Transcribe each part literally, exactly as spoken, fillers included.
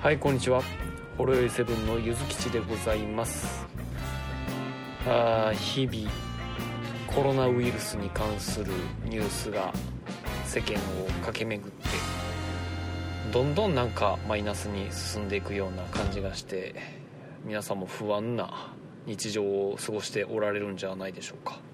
はい、こんにちは。ほろよいセブンのゆずきちでございます。あ日々コロナウイルスに関するニュースが世間を駆け巡ってどんどんなんかマイナスに進んでいくような感じがして、皆さんも不安な日常を過ごしておられるんじゃないでしょうか。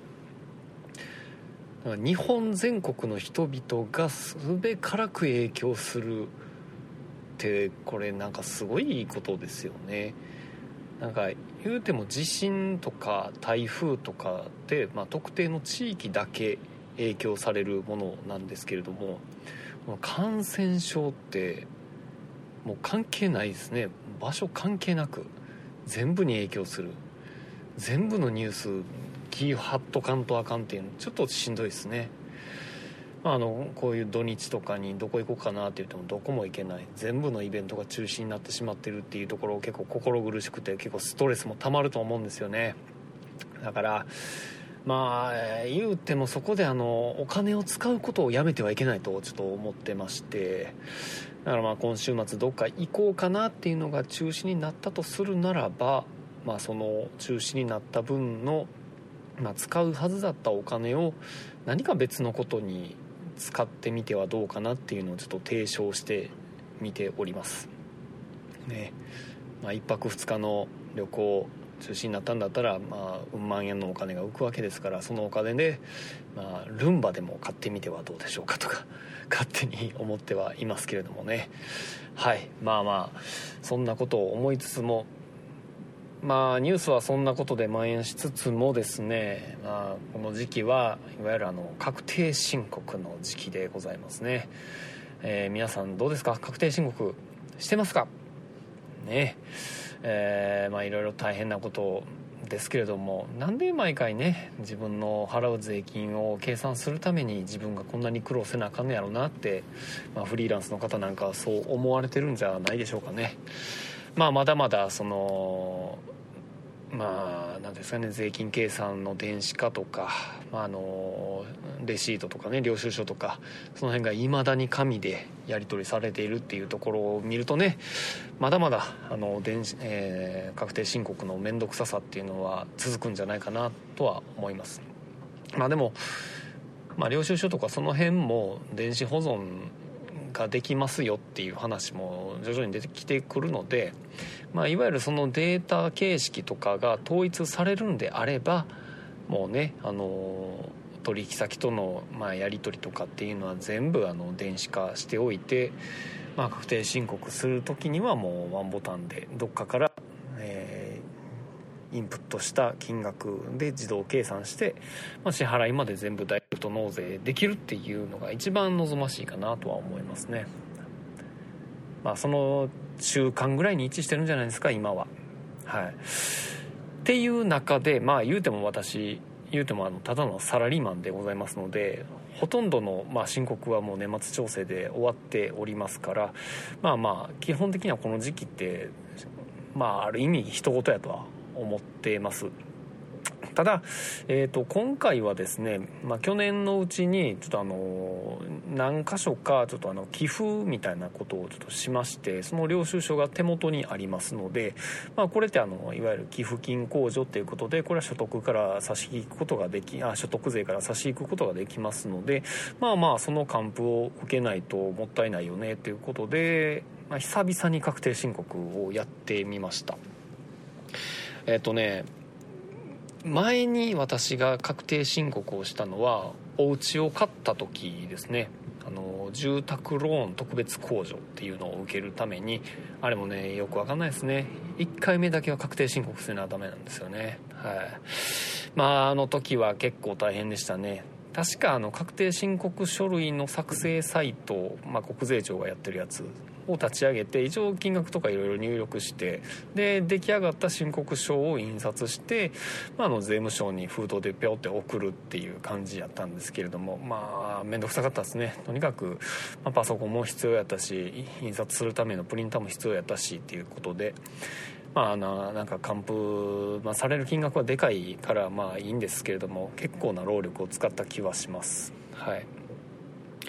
日本全国の人々がすべからく影響するってこれなんかすごいことですよね。なんか言うても地震とか台風とかで、まあ、特定の地域だけ影響されるものなんですけれども、感染症ってもう関係ないですね。場所関係なく全部に影響する。全部のニュース気張っとかんとあかんっていうのちょっとしんどいですね。まあ、あのこういう土日とかにどこ行こうかなって言ってもどこも行けない、全部のイベントが中止になってしまってるっていうところ結構心苦しくて、結構ストレスもたまると思うんですよね。だからまあ言うてもそこであのお金を使うことをやめてはいけないとちょっと思ってまして、だからまあ今週末どっか行こうかなっていうのが中止になったとするならば、まあその中止になった分の、まあ、使うはずだったお金を何か別のことに使ってみてはどうかなっていうのをちょっと提唱してみておりますね。まあ、いっぱくふつかの旅行中止になったんだったら、まあ、うん万円のお金が浮くわけですから、そのお金で、まあ、ルンバでも買ってみてはどうでしょうかとか勝手に思ってはいますけれどもね。はい、まあまあそんなことを思いつつも、まあニュースはそんなことで蔓延しつつもですね、まあ、この時期はいわゆるあの確定申告の時期でございますね。えー、皆さんどうですか？確定申告してますかね。えー、まあいろいろ大変なことですけれども、なんで毎回ね自分の払う税金を計算するために自分がこんなに苦労せなあかんのやろうなって、まあ、フリーランスの方なんかはそう思われてるんじゃないでしょうかね。まあまだまだそのまあなんですかね、税金計算の電子化とか、まあ、あのレシートとかね、領収書とかその辺がいまだに紙でやり取りされているっていうところを見るとね、まだまだあの電子、えー、確定申告の面倒くささっていうのは続くんじゃないかなとは思います。まあでも、まあ、領収書とかその辺も電子保存ができますよっていう話も徐々に出てきてくるので、まあ、いわゆるそのデータ形式とかが統一されるんであれば、もうね、あの取引先とのまあやり取りとかっていうのは全部あの電子化しておいて、まあ、確定申告する時にはもうワンボタンでどっかから、えー、インプットした金額で自動計算して、まあ、支払いまで全部ダイレクト納税できるっていうのが一番望ましいかなとは思いますね。まあその習慣ぐらいに一致してるんじゃないですか今は。はい。っていう中で、まあ言うても私言うてもあのただのサラリーマンでございますので、ほとんどのまあ申告はもう年末調整で終わっておりますから、まあまあ基本的にはこの時期ってまあある意味人事やとは思っています。ただ、えー、と今回はですね、まあ、去年のうちにちょっとあの何箇所かちょっとあの寄付みたいなことをちょっとしまして、その領収書が手元にありますので、まあ、これってあのいわゆる寄付金控除ということで、これは所得から差し引くことができあ所得税から差し引くことができますので、まあまあその還付を受けないともったいないよねということで、まあ、久々に確定申告をやってみました。えっ、ー、とね前に私が確定申告をしたのはお家を買った時ですね。あの住宅ローン特別控除っていうのを受けるために、あれもねよくわかんないですね。いっかいめだけは確定申告するのはダメなんですよね。はい。まああの時は結構大変でしたね。確かあの確定申告書類の作成サイト、まあ、国税庁がやってるやつを立ち上げて、一応金額とかいろいろ入力して、で出来上がった申告書を印刷して、まあ、あの税務署に封筒でピョって送るっていう感じやったんですけれども、まあ面倒くさかったですね。とにかく、まあ、パソコンも必要やったし、印刷するためのプリンターも必要やったしっていうことで、まあ、あのなんか還付、まあ、される金額はでかいからまあいいんですけれども、結構な労力を使った気はします。はい。っ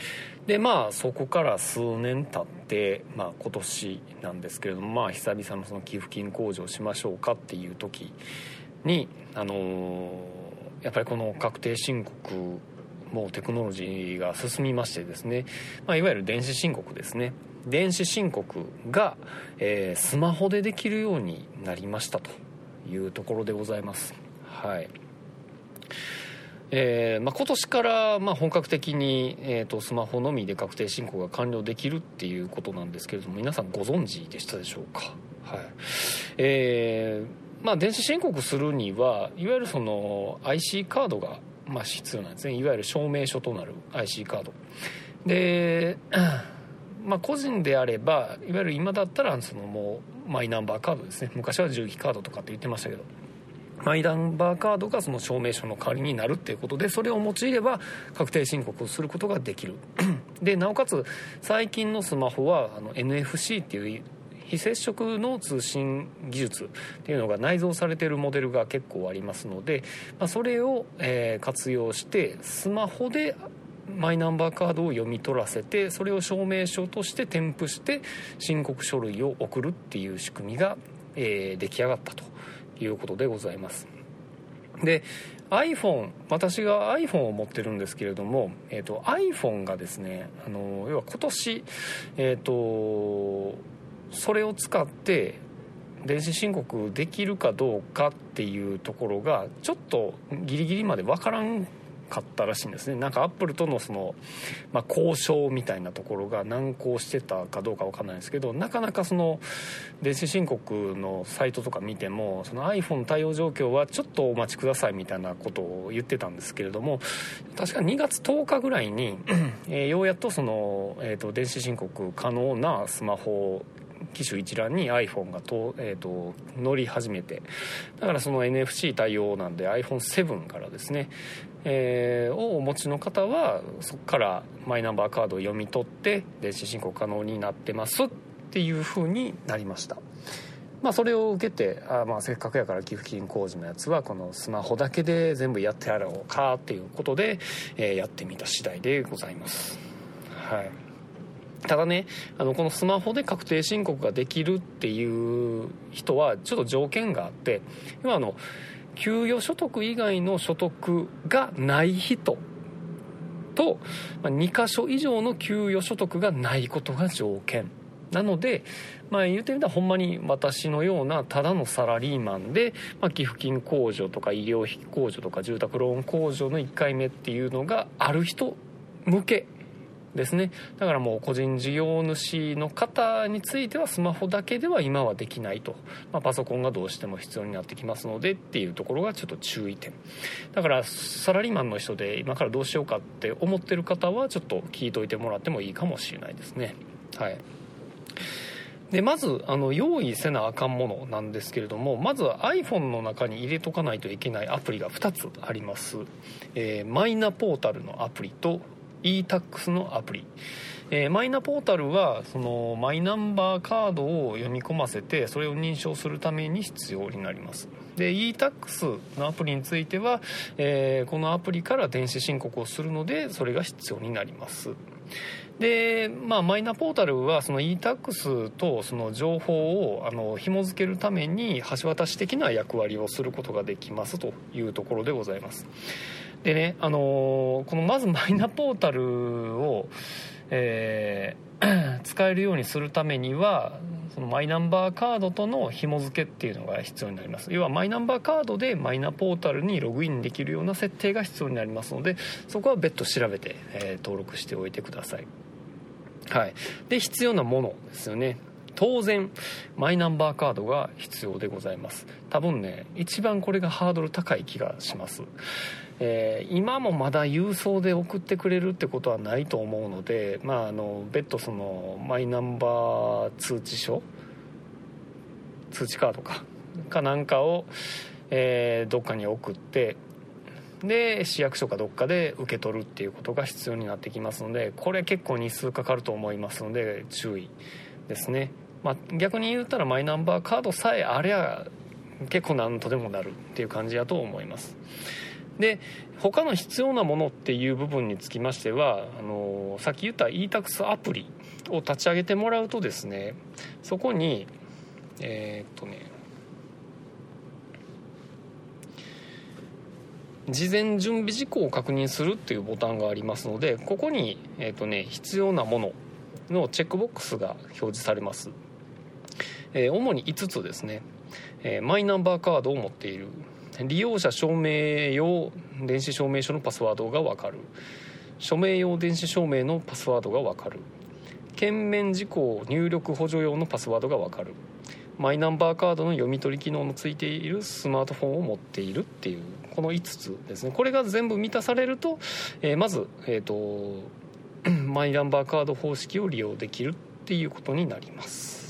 でまあそこから数年経って、まあ、今年なんですけれども、まあ、久々のその寄付金控除をしましょうかっていう時に、あのー、やっぱりこの確定申告もテクノロジーが進みましてですね、まあ、いわゆる電子申告ですね、電子申告が、えー、スマホでできるようになりましたというところでございます。はい。えーまあ、今年からまあ本格的に、えー、とスマホのみで確定申告が完了できるっていうことなんですけれども、皆さんご存知でしたでしょうか。はい。えーまあ、電子申告するにはいわゆるその アイシー カードがまあ必要なんですね。いわゆる証明書となる アイシー カードで、まあ、個人であればいわゆる今だったらそのもうマイナンバーカードですね。昔は重機カードとかって言ってましたけど、マイナンバーカードがその証明書の代わりになるっていうことで、それを用いれば確定申告をすることができるでなおかつ最近のスマホはあの エヌエフシー っていう非接触の通信技術っていうのが内蔵されているモデルが結構ありますので、まあ、それを、えー、活用してスマホでマイナンバーカードを読み取らせて、それを証明書として添付して申告書類を送るっていう仕組みが、えー、出来上がったということでございます。で iPhone、 私が iPhone を持ってるんですけれども、えー、と iPhone がですね、あの要は今年、えー、とそれを使って電子申告できるかどうかっていうところがちょっとギリギリまで分からんかったらしいんですね。なんかアップルとのその、まあ、交渉みたいなところが難航してたかどうか分かんないんですけど、なかなかその電子申告のサイトとか見てもその iPhone 対応状況はちょっとお待ちくださいみたいなことを言ってたんですけれども、確かにがつとおかぐらいに、えー、ようやっとその、えーと、電子申告可能なスマホ機種一覧に iPhone がと、えー、と乗り始めて、だからその エヌエフシー 対応なんで アイフォンセブン からですね、えー、をお持ちの方はそこからマイナンバーカードを読み取って電子申告可能になってますっていう風になりました。まあ、それを受けてあ、まあ、せっかくやから寄付金控除のやつはこのスマホだけで全部やってやろうかっていうことで、えー、やってみた次第でございます。はい。ただね、あのこのスマホで確定申告ができるっていう人はちょっと条件があって、今あの給与所得以外の所得がない人とにかしょ以上の給与所得がないことが条件なので、まあ、言ってみたらほんまに私のようなただのサラリーマンで、まあ、寄付金控除とか医療費控除とか住宅ローン控除のいっかいめっていうのがある人向けですね。だからもう個人事業主の方についてはスマホだけでは今はできないと、まあ、パソコンがどうしても必要になってきますのでっていうところがちょっと注意点だから、サラリーマンの人で今からどうしようかって思ってる方はちょっと聞いといてもらってもいいかもしれないですね。はい。でまずあの用意せなあかんものなんですけれども、まずは iPhone の中に入れとかないといけないアプリがふたつあります。えー、マイナポータルのアプリとイータックス のアプリ、えー、マイナポータルはそのマイナンバーカードを読み込ませてそれを認証するために必要になります。で イータックス のアプリについては、えー、このアプリから電子申告をするのでそれが必要になります。で、まあ、マイナポータルはその イータックス とその情報をあの紐付けるために橋渡し的な役割をすることができますというところでございます。でね、あのー、このまずマイナポータルを、えー、使えるようにするためにはそのマイナンバーカードとの紐付けっていうのが必要になります。要はマイナンバーカードでマイナポータルにログインできるような設定が必要になりますので、そこは別途調べて、えー、登録しておいてください。はい。で必要なものですよね。当然マイナンバーカードが必要でございます。多分ね一番これがハードル高い気がします。えー、今もまだ郵送で送ってくれるってことはないと思うので、まあ、あの別途そのマイナンバー通知書通知カードかかなんかを、えー、どっかに送ってで市役所かどっかで受け取るっていうことが必要になってきますので、これ結構日数かかると思いますので注意ですね。まあ、逆に言ったらマイナンバーカードさえありゃ結構何とでもなるっていう感じだと思います。 で他の必要なものっていう部分につきましてはあのさっき言った イータックス アプリを立ち上げてもらうとですね、そこにえー、っとね事前準備事項を確認するっていうボタンがありますので、ここに、えーっとね、必要なもののチェックボックスが表示されます。えー、主にいつつですね、えー、マイナンバーカードを持っている、利用者証明用電子証明書のパスワードが分かる、署名用電子証明のパスワードが分かる、券面事項入力補助用のパスワードが分かる、マイナンバーカードの読み取り機能のついているスマートフォンを持っているっていうこのいつつですね。これが全部満たされると、えー、まず、えーと、マイナンバーカード方式を利用できるっていうことになります。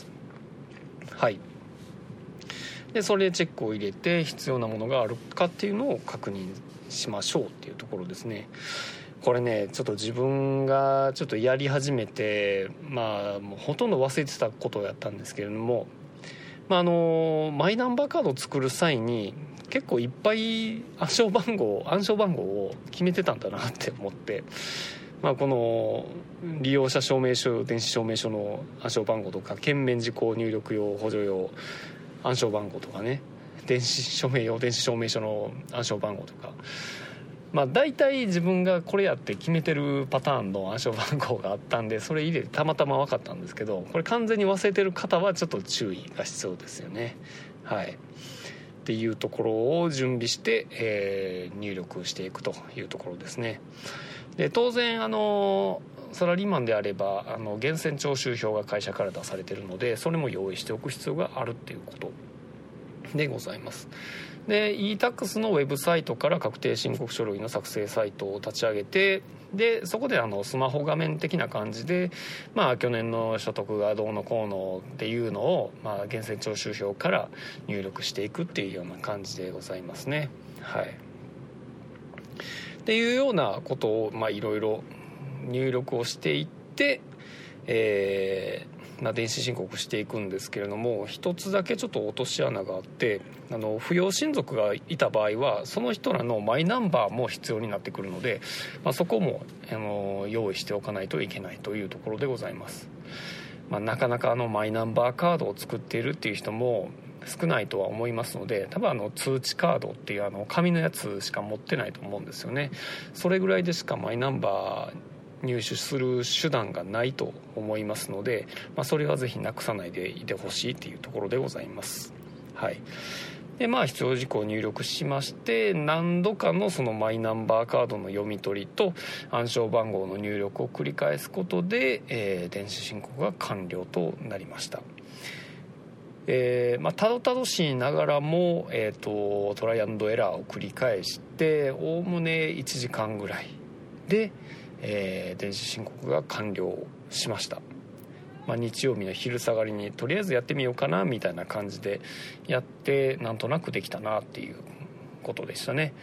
はい。でそれでチェックを入れて必要なものがあるかっていうのを確認しましょうっていうところですね。これねちょっと自分がちょっとやり始めてまあもうほとんど忘れてたことをやったんですけれども、まあ、あのマイナンバーカードを作る際に結構いっぱい暗証番号暗証番号を決めてたんだなって思って、まあ、この利用者証明書電子証明書の暗証番号とか券面事項入力用補助用暗証番号とかね、電子署名用電子証明書の暗証番号とか、まあ大体自分がこれやって決めてるパターンの暗証番号があったんで、それ入れてたまたま分かったんですけど、これ完全に忘れてる方はちょっと注意が必要ですよね。はいっていうところを準備して、えー、入力していくというところですね。で当然あのサラリーマンであればあの源泉徴収票が会社から出されているので、それも用意しておく必要があるっていうことでございます。で イータックス のウェブサイトから確定申告書類の作成サイトを立ち上げて、でそこであのスマホ画面的な感じで、まあ、去年の所得がどうのこうのっていうのを、まあ、源泉徴収票から入力していくっていうような感じでございますね。はい、っていうようなことをまあいろいろ入力をしていって、えーまあ、電子申告していくんですけれども、一つだけちょっと落とし穴があって、あの扶養親族がいた場合はその人らのマイナンバーも必要になってくるので、まあ、そこもあの用意しておかないといけないというところでございます。まあ、なかなかあのマイナンバーカードを作っているっていう人も少ないとは思いますので、多分あの通知カードっていうあの紙のやつしか持ってないと思うんですよね。それぐらいでしかマイナンバー入手する手段がないと思いますので、まあ、それはぜひなくさないでいてほしいというところでございます。はい。でまあ必要事項を入力しまして、何度かのそのマイナンバーカードの読み取りと暗証番号の入力を繰り返すことで、えー、電子申告が完了となりました。えーまあ、たどたどしいながらも、えーと、トライアンドエラーを繰り返しておおむねいちじかんぐらいで、えー、電子申告が完了しました。まあ、日曜日の昼下がりにとりあえずやってみようかなみたいな感じでやって、なんとなくできたなっていうことでしたね。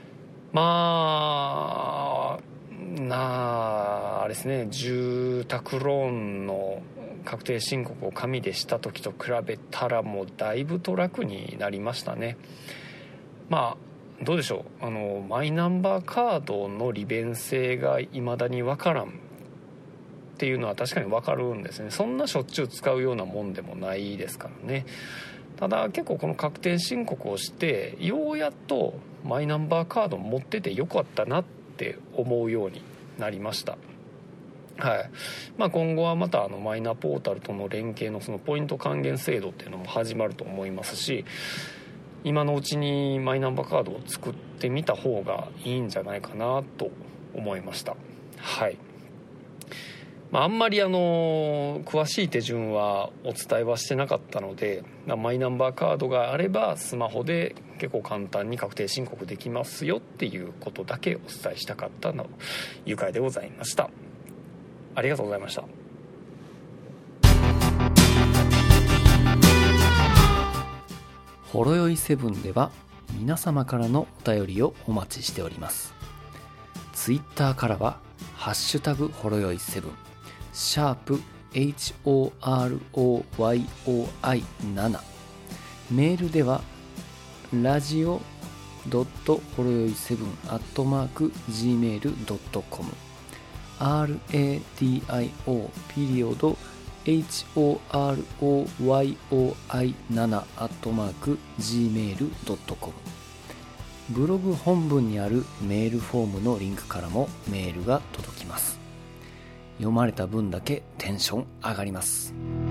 まあなああれですね、住宅ローンの確定申告を紙でした時と比べたらもうだいぶと楽になりましたね。まあどうでしょう、あのマイナンバーカードの利便性が未だに分からんっていうのは確かに分かるんですね。そんなしょっちゅう使うようなもんでもないですからね。ただ結構この確定申告をしてようやっとマイナンバーカード持っててよかったなって思うようになりました。はいまあ、今後はまたあのマイナポータルとの連携のそのポイント還元制度っていうのも始まると思いますし、今のうちにマイナンバーカードを作ってみた方がいいんじゃないかなと思いました。はいまあ、あんまりあの詳しい手順はお伝えはしてなかったので、マイナンバーカードがあればスマホで結構簡単に確定申告できますよっていうことだけお伝えしたかったの愉快でございました。ありがとうございました。 ほろよいセブンでは皆様からのお便りをお待ちしております。ツイッターからはハッシュタグほろよいセブン、シャープ エイチオーアールオーワイオーアイセブン、メールではラジオドットほろよいセブンアットマークジーメールドットコム ラディオ ピリオド ホロヨイセブン アットマーク ジーメールドットコム ブログ本文にあるメールフォームのリンクからもメールが届きます。読まれた分だけテンション上がります。